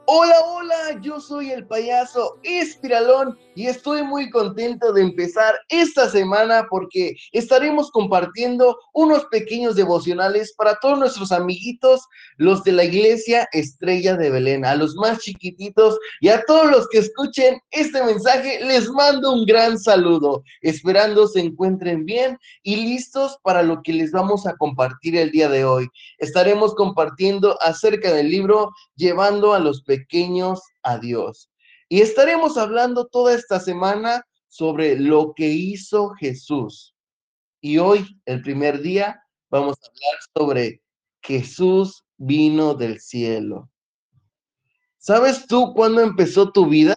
Hola, hola, yo soy el payaso Espiralón y estoy muy contento de empezar esta semana porque estaremos compartiendo unos pequeños devocionales para todos nuestros amiguitos, los de la iglesia Estrella de Belén, a los más chiquititos y a todos los que escuchen este mensaje, les mando un gran saludo, esperando se encuentren bien y listos para lo que les vamos a compartir el día de hoy. Estaremos compartiendo acerca del libro Llevando a los pequeños a Dios. Y estaremos hablando toda esta semana sobre lo que hizo Jesús. Y hoy, el primer día, vamos a hablar sobre Jesús vino del cielo. ¿Sabes tú cuándo empezó tu vida?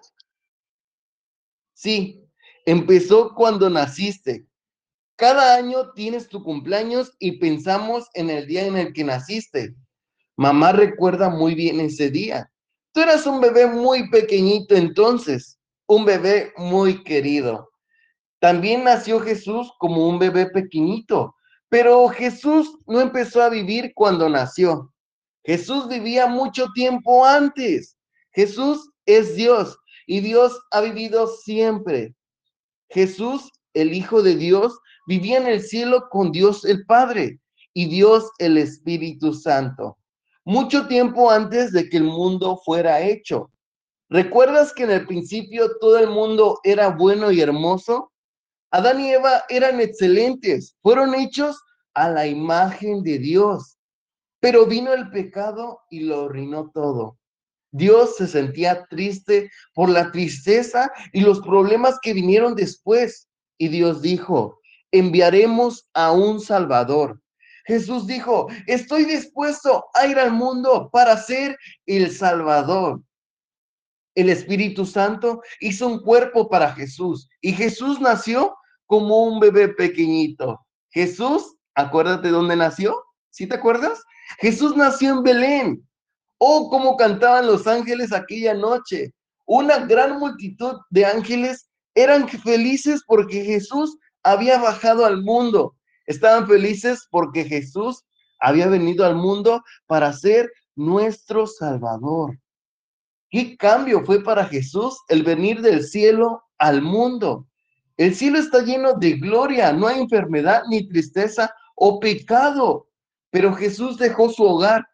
Sí, empezó cuando naciste. Cada año tienes tu cumpleaños y pensamos en el día en el que naciste. Mamá recuerda muy bien ese día. Tú eras un bebé muy pequeñito entonces, un bebé muy querido. También nació Jesús como un bebé pequeñito, pero Jesús no empezó a vivir cuando nació. Jesús vivía mucho tiempo antes. Jesús es Dios y Dios ha vivido siempre. Jesús, el Hijo de Dios, vivía en el cielo con Dios el Padre y Dios el Espíritu Santo, mucho tiempo antes de que el mundo fuera hecho. ¿Recuerdas que en el principio todo el mundo era bueno y hermoso? Adán y Eva eran excelentes, fueron hechos a la imagen de Dios, pero vino el pecado y lo arruinó todo. Dios se sentía triste por la tristeza y los problemas que vinieron después. Y Dios dijo, enviaremos a un Salvador. Jesús dijo, estoy dispuesto a ir al mundo para ser el Salvador. El Espíritu Santo hizo un cuerpo para Jesús y Jesús nació como un bebé pequeñito. Jesús, acuérdate dónde nació, ¿sí te acuerdas? Jesús nació en Belén. Oh, cómo cantaban los ángeles aquella noche. Una gran multitud de ángeles eran felices porque Jesús había bajado al mundo. Estaban felices porque Jesús había venido al mundo para ser nuestro Salvador. ¿Qué cambio fue para Jesús el venir del cielo al mundo? El cielo está lleno de gloria, no hay enfermedad ni tristeza o pecado. Pero Jesús dejó su hogar,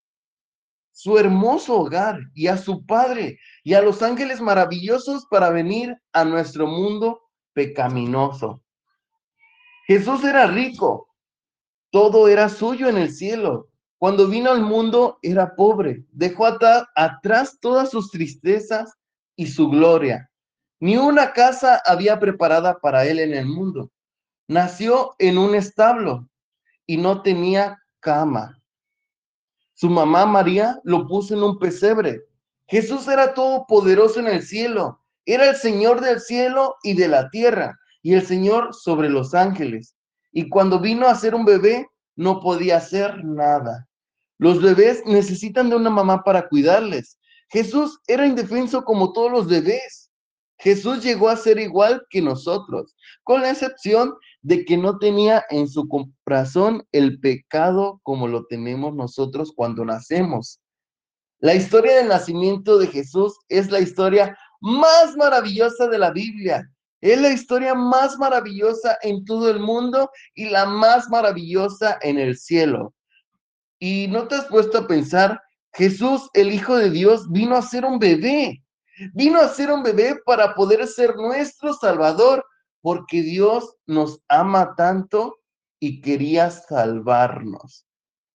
su hermoso hogar, y a su Padre y a los ángeles maravillosos para venir a nuestro mundo pecaminoso. Jesús era rico, todo era suyo en el cielo. Cuando vino al mundo era pobre, dejó atrás todas sus tristezas y su gloria. Ni una casa había preparada para él en el mundo. Nació en un establo y no tenía cama. Su mamá María lo puso en un pesebre. Jesús era todopoderoso en el cielo. Era el Señor del cielo y de la tierra, y el Señor sobre los ángeles. Y cuando vino a ser un bebé, no podía hacer nada. Los bebés necesitan de una mamá para cuidarles. Jesús era indefenso como todos los bebés. Jesús llegó a ser igual que nosotros, con la excepción de que no tenía en su corazón el pecado como lo tenemos nosotros cuando nacemos. La historia del nacimiento de Jesús es la historia más maravillosa de la Biblia. Es la historia más maravillosa en todo el mundo y la más maravillosa en el cielo. ¿Y no te has puesto a pensar, Jesús, el Hijo de Dios, vino a ser un bebé? Vino a ser un bebé para poder ser nuestro Salvador, porque Dios nos ama tanto y quería salvarnos.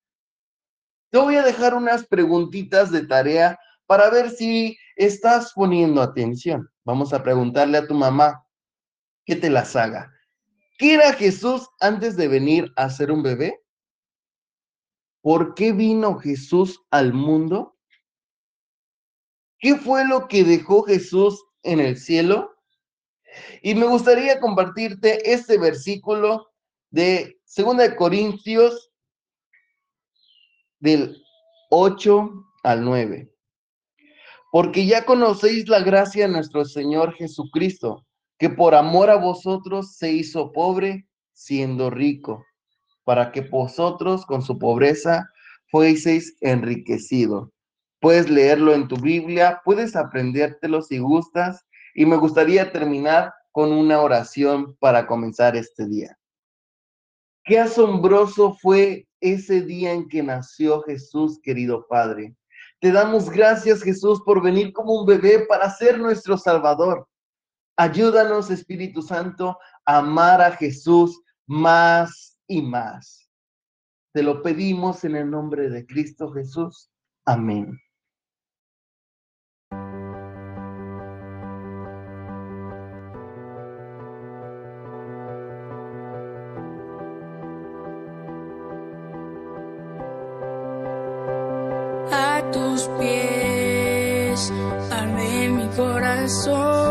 Te voy a dejar unas preguntitas de tarea para ver si estás poniendo atención. Vamos a preguntarle a tu mamá que te las haga. ¿Qué era Jesús antes de venir a ser un bebé? ¿Por qué vino Jesús al mundo? ¿Qué fue lo que dejó Jesús en el cielo? Y me gustaría compartirte este versículo de 2 Corintios del 8 al 9. Porque ya conocéis la gracia de nuestro Señor Jesucristo, que por amor a vosotros se hizo pobre, siendo rico, para que vosotros con su pobreza fueseis enriquecidos. Puedes leerlo en tu Biblia, puedes aprendértelo si gustas, y me gustaría terminar con una oración para comenzar este día. Qué asombroso fue ese día en que nació Jesús, querido Padre. Te damos gracias, Jesús, por venir como un bebé para ser nuestro Salvador. Ayúdanos, Espíritu Santo, a amar a Jesús más y más. Te lo pedimos en el nombre de Cristo Jesús. Amén. A tus pies, arde mi corazón.